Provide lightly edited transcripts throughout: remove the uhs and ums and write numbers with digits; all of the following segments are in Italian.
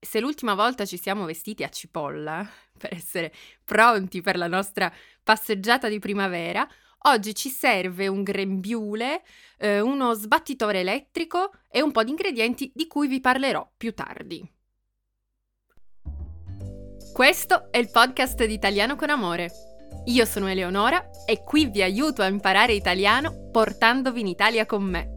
se l'ultima volta ci siamo vestiti a cipolla per essere pronti per la nostra passeggiata di primavera, oggi ci serve un grembiule, uno sbattitore elettrico e un po' di ingredienti di cui vi parlerò più tardi. Questo è il podcast di Italiano con Amore. Io sono Eleonora e qui vi aiuto a imparare italiano portandovi in Italia con me.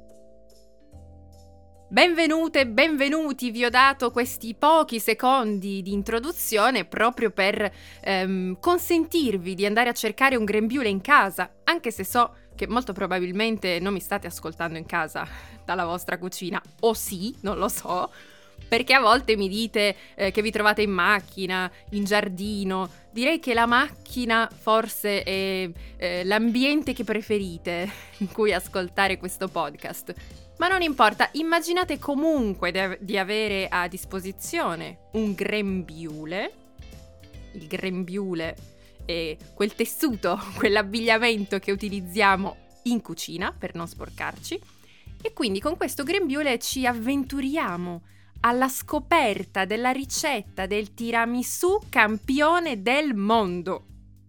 Benvenute, benvenuti, vi ho dato questi pochi secondi di introduzione proprio per consentirvi di andare a cercare un grembiule in casa, anche se so che molto probabilmente non mi state ascoltando in casa dalla vostra cucina, o sì, non lo so, perché a volte mi dite che vi trovate in macchina, in giardino. Direi che la macchina forse è l'ambiente che preferite in cui ascoltare questo podcast. Ma non importa, immaginate comunque di avere a disposizione un grembiule. Il grembiule è quel tessuto, quell'abbigliamento che utilizziamo in cucina per non sporcarci. E quindi con questo grembiule ci avventuriamo alla scoperta della ricetta del tiramisù campione del mondo.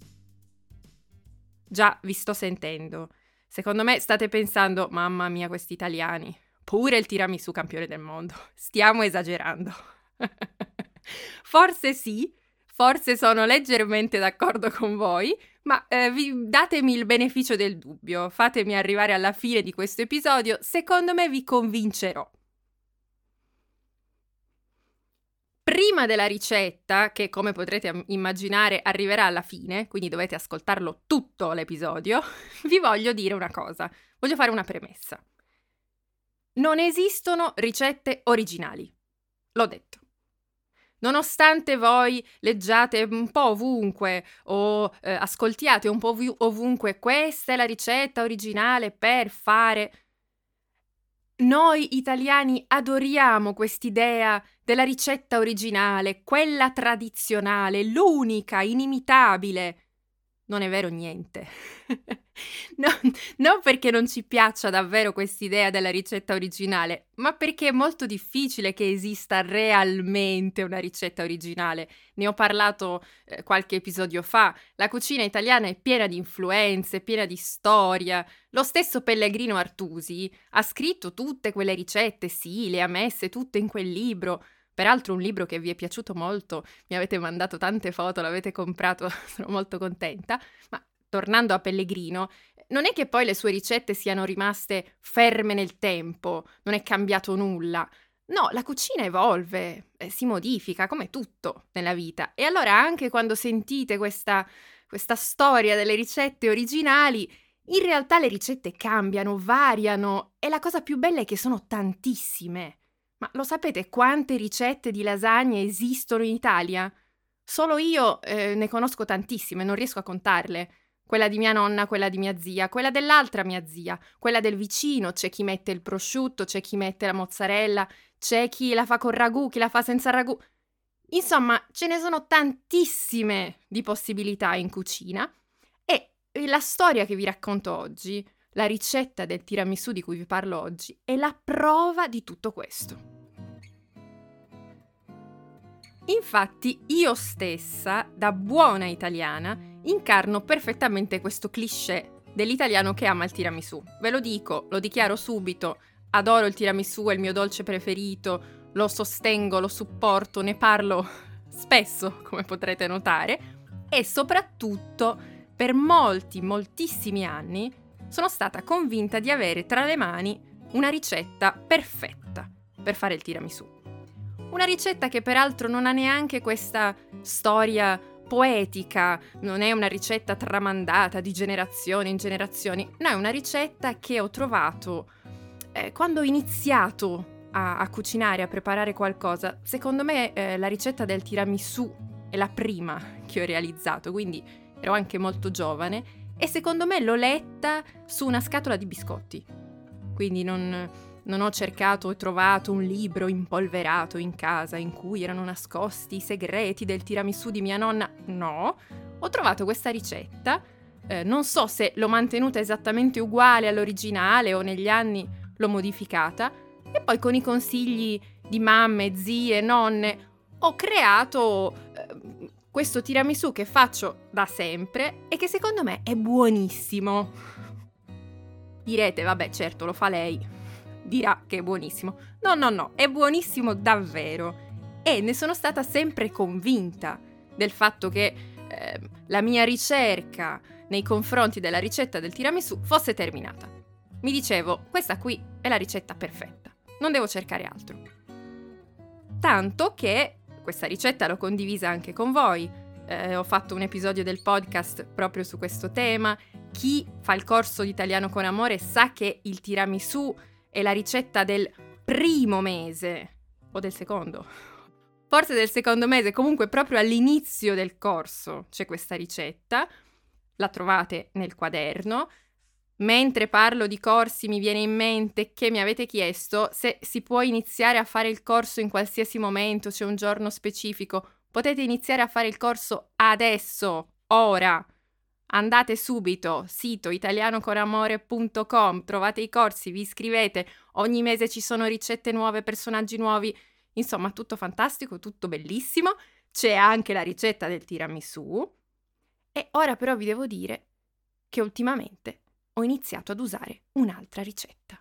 Già, vi sto sentendo. Secondo me state pensando, mamma mia, questi italiani, pure il tiramisù campione del mondo. Stiamo esagerando. Forse sì, forse sono leggermente d'accordo con voi, ma datemi il beneficio del dubbio, fatemi arrivare alla fine di questo episodio, secondo me vi convincerò. Prima della ricetta, che come potrete immaginare arriverà alla fine, quindi dovete ascoltarlo tutto l'episodio, vi voglio dire una cosa, voglio fare una premessa. Non esistono ricette originali, l'ho detto. Nonostante voi leggiate un po' ovunque o ascoltiate un po' ovunque, questa è la ricetta originale per fare... Noi italiani adoriamo quest'idea della ricetta originale, quella tradizionale, l'unica, inimitabile. Non è vero niente. Non perché non ci piaccia davvero quest'idea della ricetta originale, ma perché è molto difficile che esista realmente una ricetta originale. Ne ho parlato qualche episodio fa. La cucina italiana è piena di influenze, piena di storia. Lo stesso Pellegrino Artusi ha scritto tutte quelle ricette, sì, le ha messe tutte in quel libro. Peraltro un libro che vi è piaciuto molto, mi avete mandato tante foto, l'avete comprato, sono molto contenta. Ma tornando a Pellegrino, non è che poi le sue ricette siano rimaste ferme nel tempo, non è cambiato nulla. No, la cucina evolve, si modifica, come tutto nella vita. E allora anche quando sentite questa storia delle ricette originali, in realtà le ricette cambiano, variano, e la cosa più bella è che sono tantissime. Ma lo sapete quante ricette di lasagne esistono in Italia? Solo io ne conosco tantissime, non riesco a contarle. Quella di mia nonna, quella di mia zia, quella dell'altra mia zia, quella del vicino, c'è chi mette il prosciutto, c'è chi mette la mozzarella, c'è chi la fa con ragù, chi la fa senza ragù. Insomma, ce ne sono tantissime di possibilità in cucina e la storia che vi racconto oggi, la ricetta del tiramisù di cui vi parlo oggi, è la prova di tutto questo. Infatti, io stessa, da buona italiana, incarno perfettamente questo cliché dell'italiano che ama il tiramisù. Ve lo dico, lo dichiaro subito, adoro il tiramisù, è il mio dolce preferito, lo sostengo, lo supporto, ne parlo spesso, come potrete notare, e soprattutto per moltissimi anni sono stata convinta di avere tra le mani una ricetta perfetta per fare il tiramisù. Una ricetta che peraltro non ha neanche questa storia poetica, non è una ricetta tramandata di generazioni in generazioni, no, è una ricetta che ho trovato quando ho iniziato a cucinare, a preparare qualcosa. Secondo me la ricetta del tiramisù è la prima che ho realizzato, quindi ero anche molto giovane e secondo me l'ho letta su una scatola di biscotti, quindi non ho cercato e trovato un libro impolverato in casa in cui erano nascosti i segreti del tiramisù di mia nonna. No, ho trovato questa ricetta, non so se l'ho mantenuta esattamente uguale all'originale o negli anni l'ho modificata, e poi con i consigli di mamme, zie, nonne, ho creato questo tiramisù che faccio da sempre e che secondo me è buonissimo. Direte, vabbè, certo, lo fa lei, dirà che è buonissimo. No, è buonissimo davvero. E ne sono stata sempre convinta del fatto che la mia ricerca nei confronti della ricetta del tiramisù fosse terminata. Mi dicevo, questa qui è la ricetta perfetta, non devo cercare altro. Tanto che questa ricetta l'ho condivisa anche con voi, ho fatto un episodio del podcast proprio su questo tema. Chi fa il corso di Italiano con Amore sa che il tiramisù è la ricetta del primo mese, o del secondo, forse del secondo mese, comunque proprio all'inizio del corso c'è questa ricetta, la trovate nel quaderno. Mentre parlo di corsi mi viene in mente che mi avete chiesto se si può iniziare a fare il corso in qualsiasi momento, c'è un giorno specifico. Potete iniziare a fare il corso adesso, ora. Andate subito, sito italianoconamore.com, trovate i corsi, vi iscrivete, ogni mese ci sono ricette nuove, personaggi nuovi, insomma tutto fantastico, tutto bellissimo. C'è anche la ricetta del tiramisù. E ora però vi devo dire che ultimamente ho iniziato ad usare un'altra ricetta.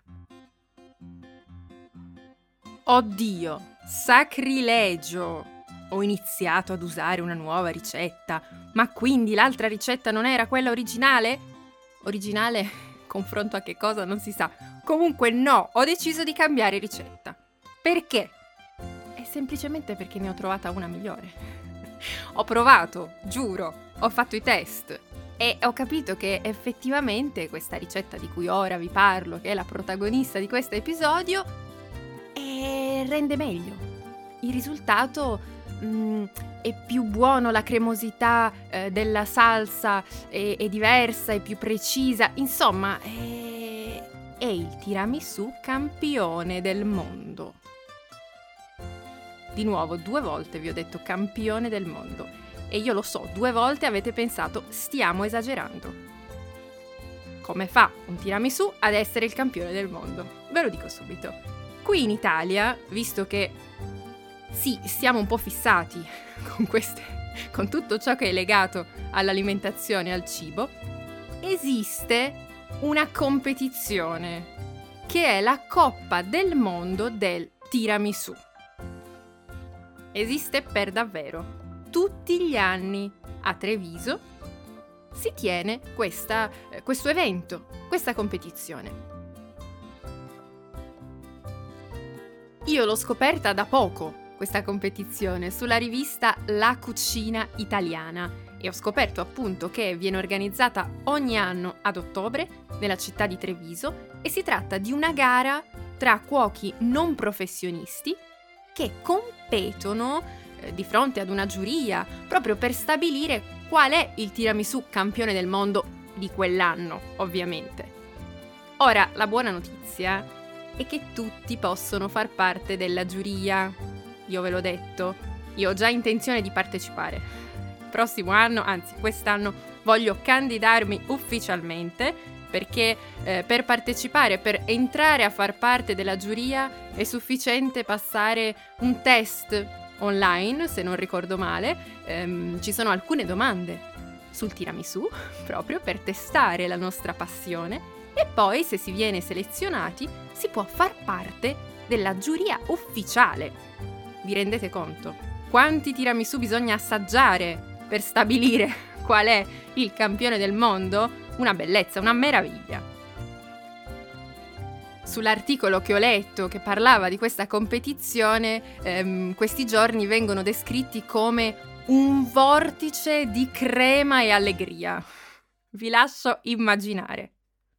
Oddio, sacrilegio! Ho iniziato ad usare una nuova ricetta, ma quindi l'altra ricetta non era quella originale? Originale, confronto a che cosa non si sa. Comunque no, ho deciso di cambiare ricetta. Perché? È semplicemente perché ne ho trovata una migliore. Ho provato, giuro, ho fatto i test. E ho capito che effettivamente questa ricetta di cui ora vi parlo, che è la protagonista di questo episodio, rende meglio. Il risultato è più buono, la cremosità della salsa è diversa, è più precisa. Insomma, è il tiramisù campione del mondo. Di nuovo, 2 volte vi ho detto campione del mondo. E io lo so, 2 volte avete pensato, stiamo esagerando. Come fa un tiramisù ad essere il campione del mondo? Ve lo dico subito. Qui in Italia, visto che sì, siamo un po' fissati con tutto ciò che è legato all'alimentazione e al cibo, esiste una competizione che è la Coppa del Mondo del Tiramisù. Esiste per davvero. Tutti gli anni a Treviso si tiene questo evento, questa competizione. Io l'ho scoperta da poco, questa competizione, sulla rivista La Cucina Italiana e ho scoperto appunto che viene organizzata ogni anno ad ottobre nella città di Treviso e si tratta di una gara tra cuochi non professionisti che competono di fronte ad una giuria proprio per stabilire qual è il tiramisù campione del mondo di quell'anno, ovviamente. Ora, la buona notizia è che tutti possono far parte della giuria. Io ve l'ho detto, io ho già intenzione di partecipare. Il prossimo anno, anzi quest'anno, voglio candidarmi ufficialmente perché per partecipare, per entrare a far parte della giuria è sufficiente passare un test online, se non ricordo male. Ci sono alcune domande sul tiramisù, proprio per testare la nostra passione, e poi, se si viene selezionati, si può far parte della giuria ufficiale. Vi rendete conto? Quanti tiramisù bisogna assaggiare per stabilire qual è il campione del mondo? Una bellezza, una meraviglia. Sull'articolo che ho letto che parlava di questa competizione, questi giorni vengono descritti come un vortice di crema e allegria. Vi lascio immaginare.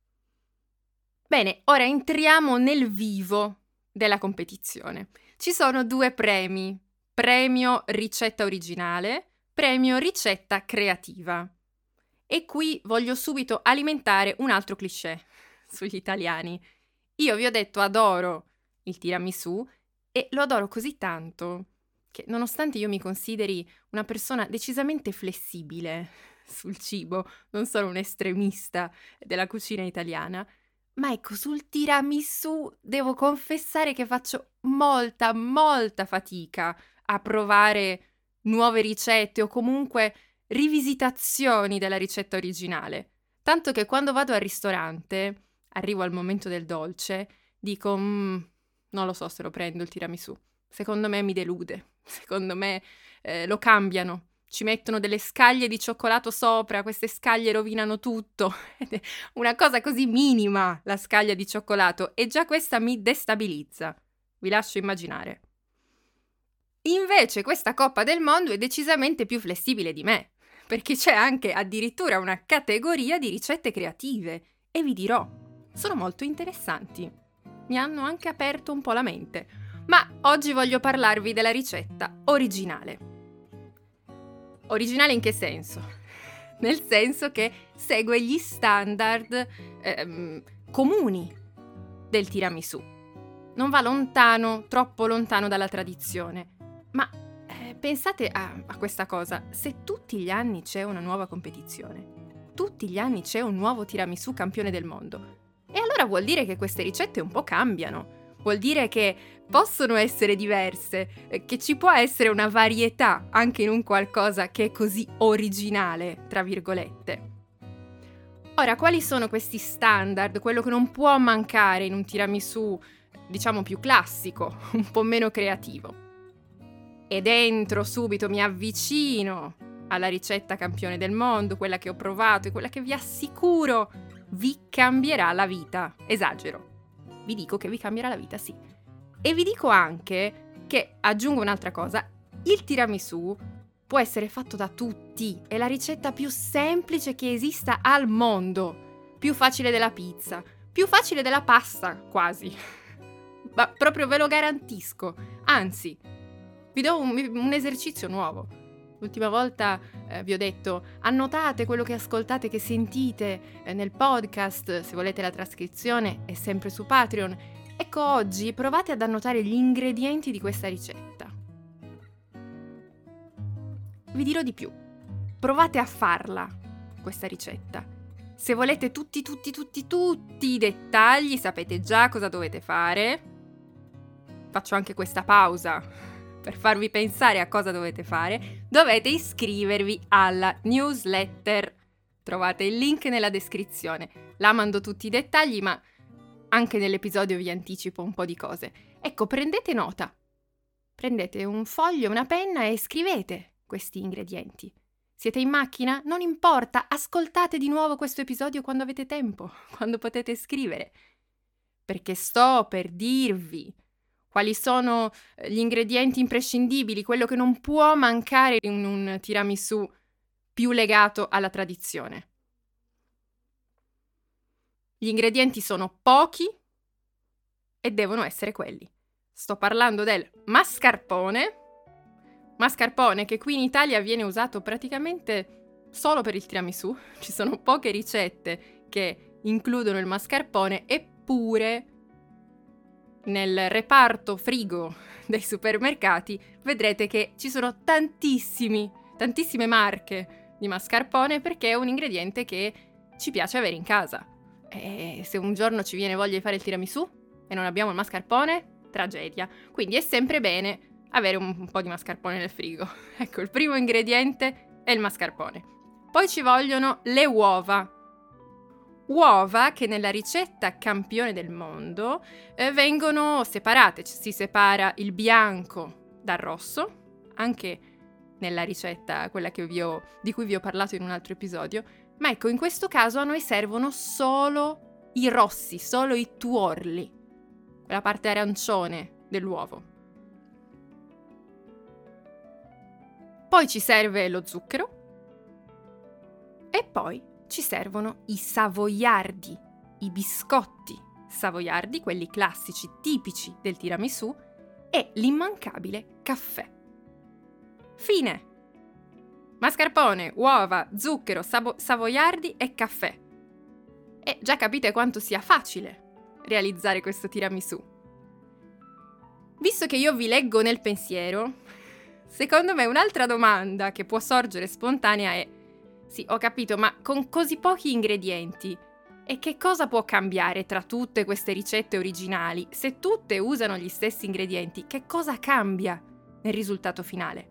Bene, ora entriamo nel vivo della competizione. Ci sono 2 premi: premio ricetta originale, premio ricetta creativa. E qui voglio subito alimentare un altro cliché sugli italiani. Io vi ho detto adoro il tiramisù e lo adoro così tanto che, nonostante io mi consideri una persona decisamente flessibile sul cibo, non sono un estremista della cucina italiana, Ma ecco, sul tiramisù devo confessare che faccio molta, molta fatica a provare nuove ricette o comunque rivisitazioni della ricetta originale. Tanto che quando vado al ristorante, arrivo al momento del dolce, dico, non lo so se lo prendo il tiramisù. Secondo me mi delude, secondo me lo cambiano. Ci mettono delle scaglie di cioccolato sopra, queste scaglie rovinano tutto. Ed è una cosa così minima, la scaglia di cioccolato, e già questa mi destabilizza. Vi lascio immaginare. Invece questa Coppa del Mondo è decisamente più flessibile di me, perché c'è anche addirittura una categoria di ricette creative. E vi dirò, sono molto interessanti. Mi hanno anche aperto un po' la mente. Ma oggi voglio parlarvi della ricetta originale. Originale in che senso? Nel senso che segue gli standard comuni del tiramisù. Non va lontano, troppo lontano dalla tradizione. Ma pensate a questa cosa: se tutti gli anni c'è una nuova competizione, tutti gli anni c'è un nuovo tiramisù campione del mondo, e allora vuol dire che queste ricette un po' cambiano. Vuol dire che possono essere diverse, che ci può essere una varietà anche in un qualcosa che è così originale, tra virgolette. Ora, quali sono questi standard? Quello che non può mancare in un tiramisù, diciamo, più classico, un po' meno creativo. E dentro subito mi avvicino alla ricetta campione del mondo, quella che ho provato e quella che vi assicuro vi cambierà la vita. Esagero. Vi dico che vi cambierà la vita, sì. E vi dico anche che, aggiungo un'altra cosa, il tiramisù può essere fatto da tutti. È la ricetta più semplice che esista al mondo. Più facile della pizza, più facile della pasta, quasi. Ma proprio ve lo garantisco. Anzi, vi do un esercizio nuovo. L'ultima volta vi ho detto, annotate quello che ascoltate, che sentite nel podcast. Se volete la trascrizione è sempre su Patreon. Ecco, oggi provate ad annotare gli ingredienti di questa ricetta. Vi dirò di più. Provate a farla, questa ricetta. Se volete tutti i dettagli, sapete già cosa dovete fare. Faccio anche questa pausa per farvi pensare a cosa dovete fare. Dovete iscrivervi alla newsletter. Trovate il link nella descrizione. Là mando tutti i dettagli, ma anche nell'episodio vi anticipo un po' di cose. Ecco, prendete nota. Prendete un foglio, una penna e scrivete questi ingredienti. Siete in macchina? Non importa, ascoltate di nuovo questo episodio quando avete tempo, quando potete scrivere. Perché sto per dirvi quali sono gli ingredienti imprescindibili, quello che non può mancare in un tiramisù più legato alla tradizione. Gli ingredienti sono pochi e devono essere quelli. Sto parlando del mascarpone che qui in Italia viene usato praticamente solo per il tiramisù. Ci sono poche ricette che includono il mascarpone, eppure nel reparto frigo dei supermercati vedrete che ci sono tantissime marche di mascarpone, perché è un ingrediente che ci piace avere in casa. E se un giorno ci viene voglia di fare il tiramisù e non abbiamo il mascarpone, tragedia. Quindi è sempre bene avere un po' di mascarpone nel frigo. Ecco, il primo ingrediente è il mascarpone. Poi ci vogliono le uova. Uova che nella ricetta campione del mondo vengono separate. Si separa il bianco dal rosso, anche nella ricetta, quella di cui vi ho parlato in un altro episodio. Ma ecco, in questo caso a noi servono solo i rossi, solo i tuorli, quella parte arancione dell'uovo. Poi ci serve lo zucchero e poi ci servono i savoiardi, i biscotti savoiardi, quelli classici tipici del tiramisù, e l'immancabile caffè. Fine! Mascarpone, uova, zucchero, savoiardi e caffè. E già capite quanto sia facile realizzare questo tiramisù. Visto che io vi leggo nel pensiero, secondo me un'altra domanda che può sorgere spontanea è: sì, ho capito, ma con così pochi ingredienti E che cosa può cambiare tra tutte queste ricette originali? Se tutte usano gli stessi ingredienti, che cosa cambia nel risultato finale?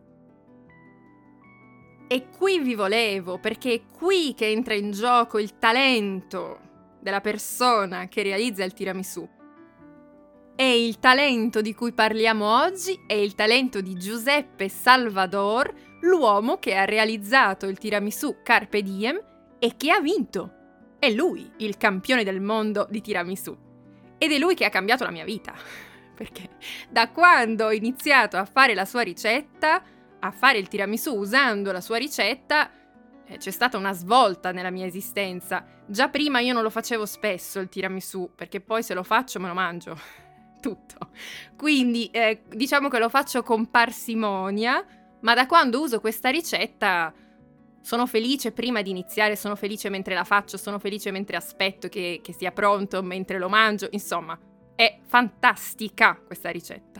E qui vi volevo, perché è qui che entra in gioco il talento della persona che realizza il tiramisù. E il talento di cui parliamo oggi è il talento di Giuseppe Salvador, l'uomo che ha realizzato il tiramisù Carpe Diem e che ha vinto. È lui il campione del mondo di tiramisù. Ed è lui che ha cambiato la mia vita. Perché da quando ho iniziato a fare la sua ricetta, a fare il tiramisù usando la sua ricetta, c'è stata una svolta nella mia esistenza. Già prima io non lo facevo spesso il tiramisù, perché poi se lo faccio me lo mangio tutto. Quindi diciamo che lo faccio con parsimonia, ma da quando uso questa ricetta sono felice prima di iniziare, sono felice mentre la faccio, sono felice mentre aspetto che sia pronto, mentre lo mangio. Insomma, è fantastica questa ricetta.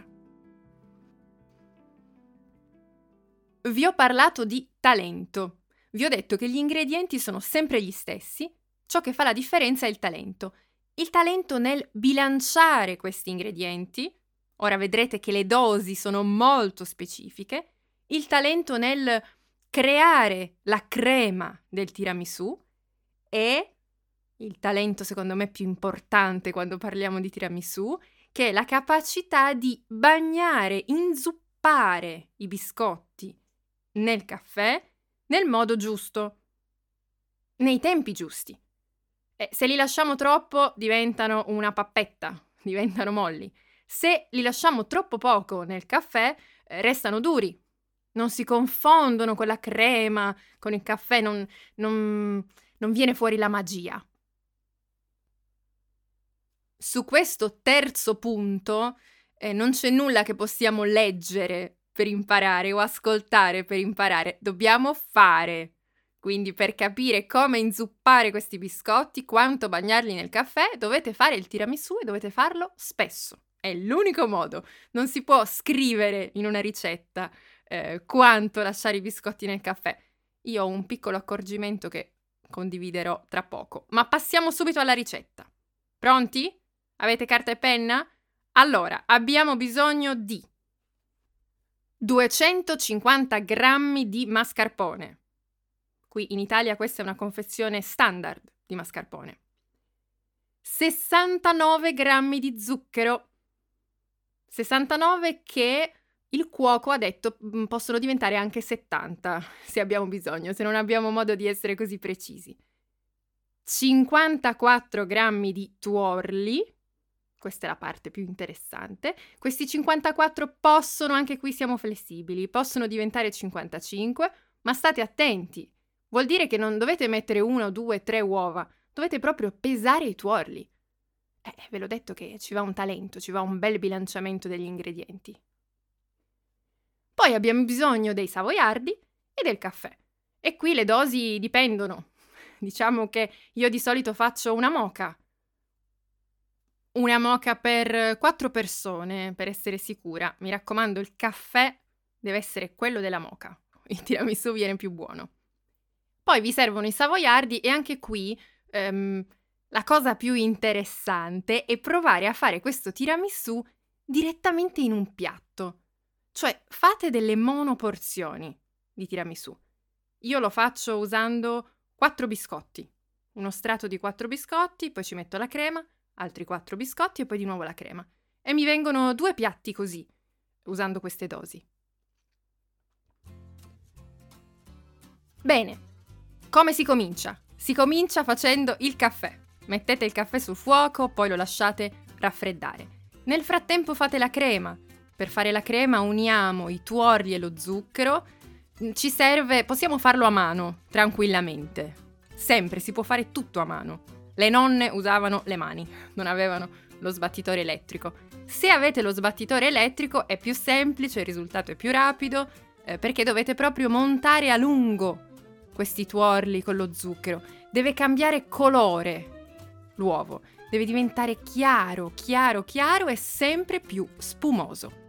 Vi ho parlato di talento. Vi ho detto che gli ingredienti sono sempre gli stessi. Ciò che fa la differenza è il talento. Il talento nel bilanciare questi ingredienti. Ora vedrete che le dosi sono molto specifiche. Il talento nel creare la crema del tiramisù e il talento secondo me più importante quando parliamo di tiramisù, che è la capacità di bagnare, inzuppare i biscotti nel caffè nel modo giusto, nei tempi giusti. Se li lasciamo troppo diventano una pappetta, diventano molli. Se li lasciamo troppo poco nel caffè restano duri. Non si confondono con la crema, con il caffè, non viene fuori la magia. Su questo terzo punto non c'è nulla che possiamo leggere per imparare o ascoltare per imparare, dobbiamo fare. Quindi per capire come inzuppare questi biscotti, quanto bagnarli nel caffè, dovete fare il tiramisù e dovete farlo spesso. È l'unico modo. Non si può scrivere in una ricetta quanto lasciare i biscotti nel caffè. Io ho un piccolo accorgimento che condividerò tra poco. Ma passiamo subito alla ricetta. Pronti? Avete carta e penna? Allora, abbiamo bisogno di 250 grammi di mascarpone. Qui in Italia questa è una confezione standard di mascarpone. 69 grammi di zucchero. 69 che il cuoco ha detto possono diventare anche 70 se abbiamo bisogno, se non abbiamo modo di essere così precisi. 54 grammi di tuorli, questa è la parte più interessante. Questi 54 possono, anche qui siamo flessibili, possono diventare 55, ma state attenti. Vuol dire che non dovete mettere 1, 2, 3 uova, dovete proprio pesare i tuorli. Ve l'ho detto che ci va un talento, ci va un bel bilanciamento degli ingredienti. Poi abbiamo bisogno dei savoiardi e del caffè. E qui le dosi dipendono. Diciamo che io di solito faccio una moka. Una moka per 4 persone, per essere sicura. Mi raccomando, il caffè deve essere quello della moka. Il tiramisù viene più buono. Poi vi servono i savoiardi e anche qui la cosa più interessante è provare a fare questo tiramisù direttamente in un piatto. Cioè fate delle monoporzioni di tiramisù. Io lo faccio usando 4 biscotti. Uno strato di 4 biscotti, poi ci metto la crema, altri 4 biscotti e poi di nuovo la crema. E mi vengono 2 piatti così, usando queste dosi. Bene, come si comincia? Si comincia facendo il caffè. Mettete il caffè sul fuoco, poi lo lasciate raffreddare. Nel frattempo fate la crema. Per fare la crema uniamo i tuorli e lo zucchero. Ci serve, possiamo farlo a mano, tranquillamente. Sempre, si può fare tutto a mano. Le nonne usavano le mani, non avevano lo sbattitore elettrico. Se avete lo sbattitore elettrico è più semplice, il risultato è più rapido, perché dovete proprio montare a lungo questi tuorli con lo zucchero. Deve cambiare colore l'uovo, deve diventare chiaro, chiaro, chiaro e sempre più spumoso.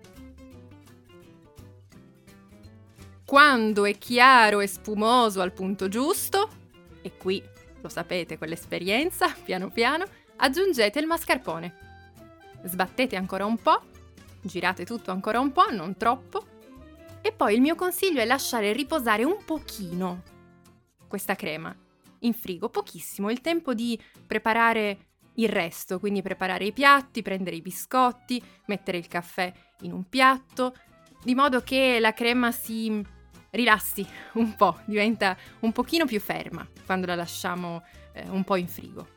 Quando è chiaro e spumoso al punto giusto, e qui lo sapete, quell'esperienza, piano piano, aggiungete il mascarpone. Sbattete ancora un po', girate tutto ancora un po', non troppo, e poi il mio consiglio è lasciare riposare un pochino questa crema in frigo, pochissimo, il tempo di preparare il resto, quindi preparare i piatti, prendere i biscotti, mettere il caffè in un piatto, di modo che la crema si rilassi un po', diventa un pochino più ferma quando la lasciamo un po' in frigo.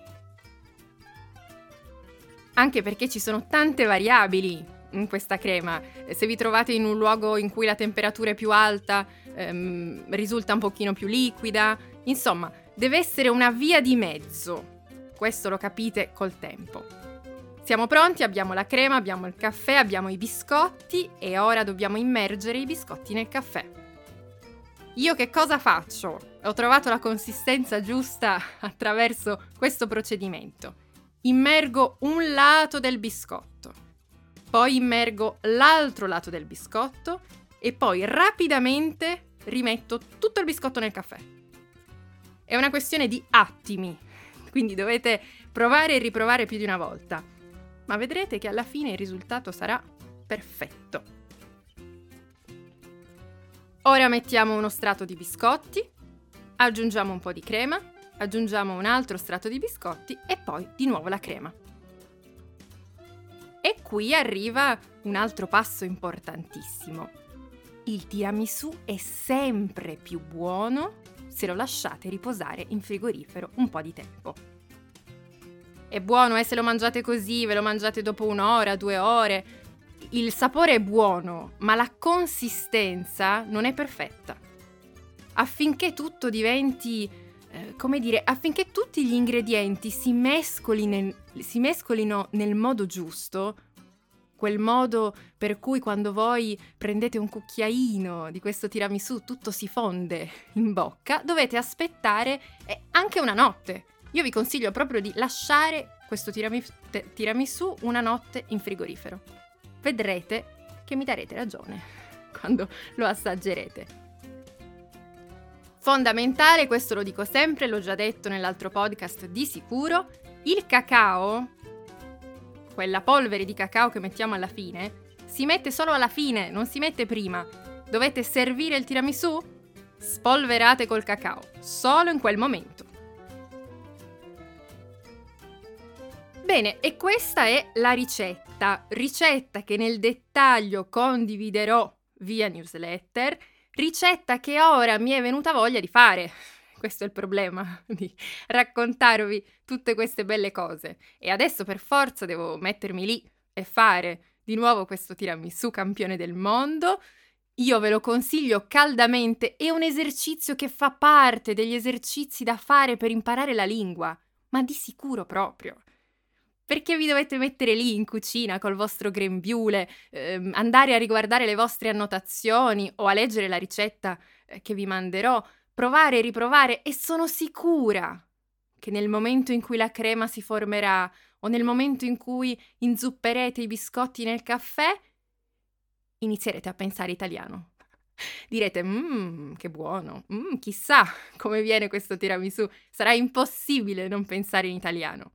Anche perché ci sono tante variabili in questa crema. Se vi trovate in un luogo in cui la temperatura è più alta, risulta un pochino più liquida. Insomma, deve essere una via di mezzo. Questo lo capite col tempo. Siamo pronti, abbiamo la crema, abbiamo il caffè, abbiamo i biscotti e ora dobbiamo immergere i biscotti nel caffè. Io che cosa faccio? Ho trovato la consistenza giusta attraverso questo procedimento. Immergo un lato del biscotto, poi immergo l'altro lato del biscotto e poi rapidamente rimetto tutto il biscotto nel caffè. È una questione di attimi, quindi dovete provare e riprovare più di una volta, ma vedrete che alla fine il risultato sarà perfetto. Ora mettiamo uno strato di biscotti, aggiungiamo un po' di crema, aggiungiamo un altro strato di biscotti e poi di nuovo la crema. E qui arriva un altro passo importantissimo. Il tiramisù è sempre più buono se lo lasciate riposare in frigorifero un po' di tempo. È buono se lo mangiate così, ve lo mangiate dopo 1 ora, 2 ore. Il sapore è buono, ma la consistenza non è perfetta. Affinché tutto diventi affinché tutti gli ingredienti si mescolino nel modo giusto, quel modo per cui quando voi prendete un cucchiaino di questo tiramisù tutto si fonde in bocca, dovete aspettare anche una notte. Io vi consiglio proprio di lasciare questo tiramisù una notte in frigorifero. Vedrete che mi darete ragione quando lo assaggerete. Fondamentale, questo lo dico sempre, l'ho già detto nell'altro podcast di sicuro, il cacao, quella polvere di cacao che mettiamo alla fine, si mette solo alla fine, non si mette prima. Dovete servire il tiramisù? Spolverate col cacao, solo in quel momento. Bene, e questa è la ricetta che nel dettaglio condividerò via newsletter, ricetta che ora mi è venuta voglia di fare. Questo è il problema, di raccontarvi tutte queste belle cose. E adesso per forza devo mettermi lì e fare di nuovo questo tiramisù campione del mondo. Io ve lo consiglio caldamente, è un esercizio che fa parte degli esercizi da fare per imparare la lingua, ma di sicuro proprio. Perché vi dovete mettere lì in cucina col vostro grembiule, andare a riguardare le vostre annotazioni o a leggere la ricetta che vi manderò, provare e riprovare, e sono sicura che nel momento in cui la crema si formerà o nel momento in cui inzupperete i biscotti nel caffè, inizierete a pensare italiano. Direte, che buono, chissà come viene questo tiramisù, sarà impossibile non pensare in italiano.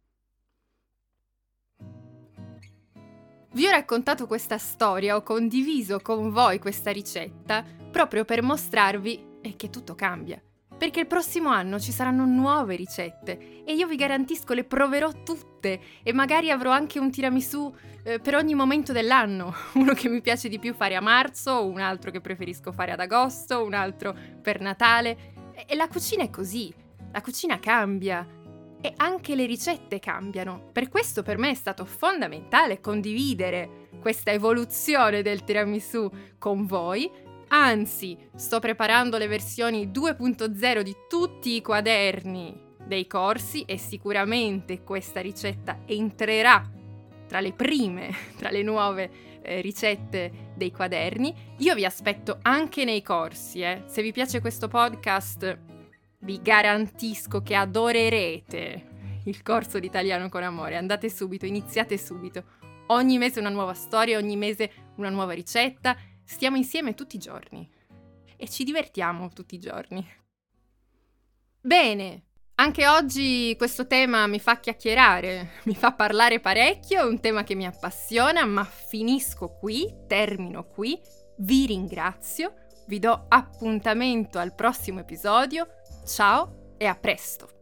Vi ho raccontato questa storia, ho condiviso con voi questa ricetta proprio per mostrarvi che tutto cambia. Perché il prossimo anno ci saranno nuove ricette e io vi garantisco le proverò tutte e magari avrò anche un tiramisù per ogni momento dell'anno. Uno che mi piace di più fare a marzo, un altro che preferisco fare ad agosto, un altro per Natale. E la cucina è così, la cucina cambia. E anche le ricette cambiano. Per questo per me è stato fondamentale condividere questa evoluzione del tiramisù con voi. Anzi, sto preparando le versioni 2.0 di tutti i quaderni dei corsi e sicuramente questa ricetta entrerà tra le prime, tra le nuove ricette dei quaderni. Io vi aspetto anche nei corsi. Se vi piace questo podcast, vi garantisco che adorerete il corso di Italiano con Amore. Andate subito, iniziate subito. Ogni mese una nuova storia, ogni mese una nuova ricetta. Stiamo insieme tutti i giorni e ci divertiamo tutti i giorni. Bene, Anche oggi questo tema mi fa chiacchierare, mi fa parlare parecchio, è un tema che mi appassiona, ma finisco qui, termino qui, vi ringrazio, vi do appuntamento al prossimo episodio, ciao e a presto!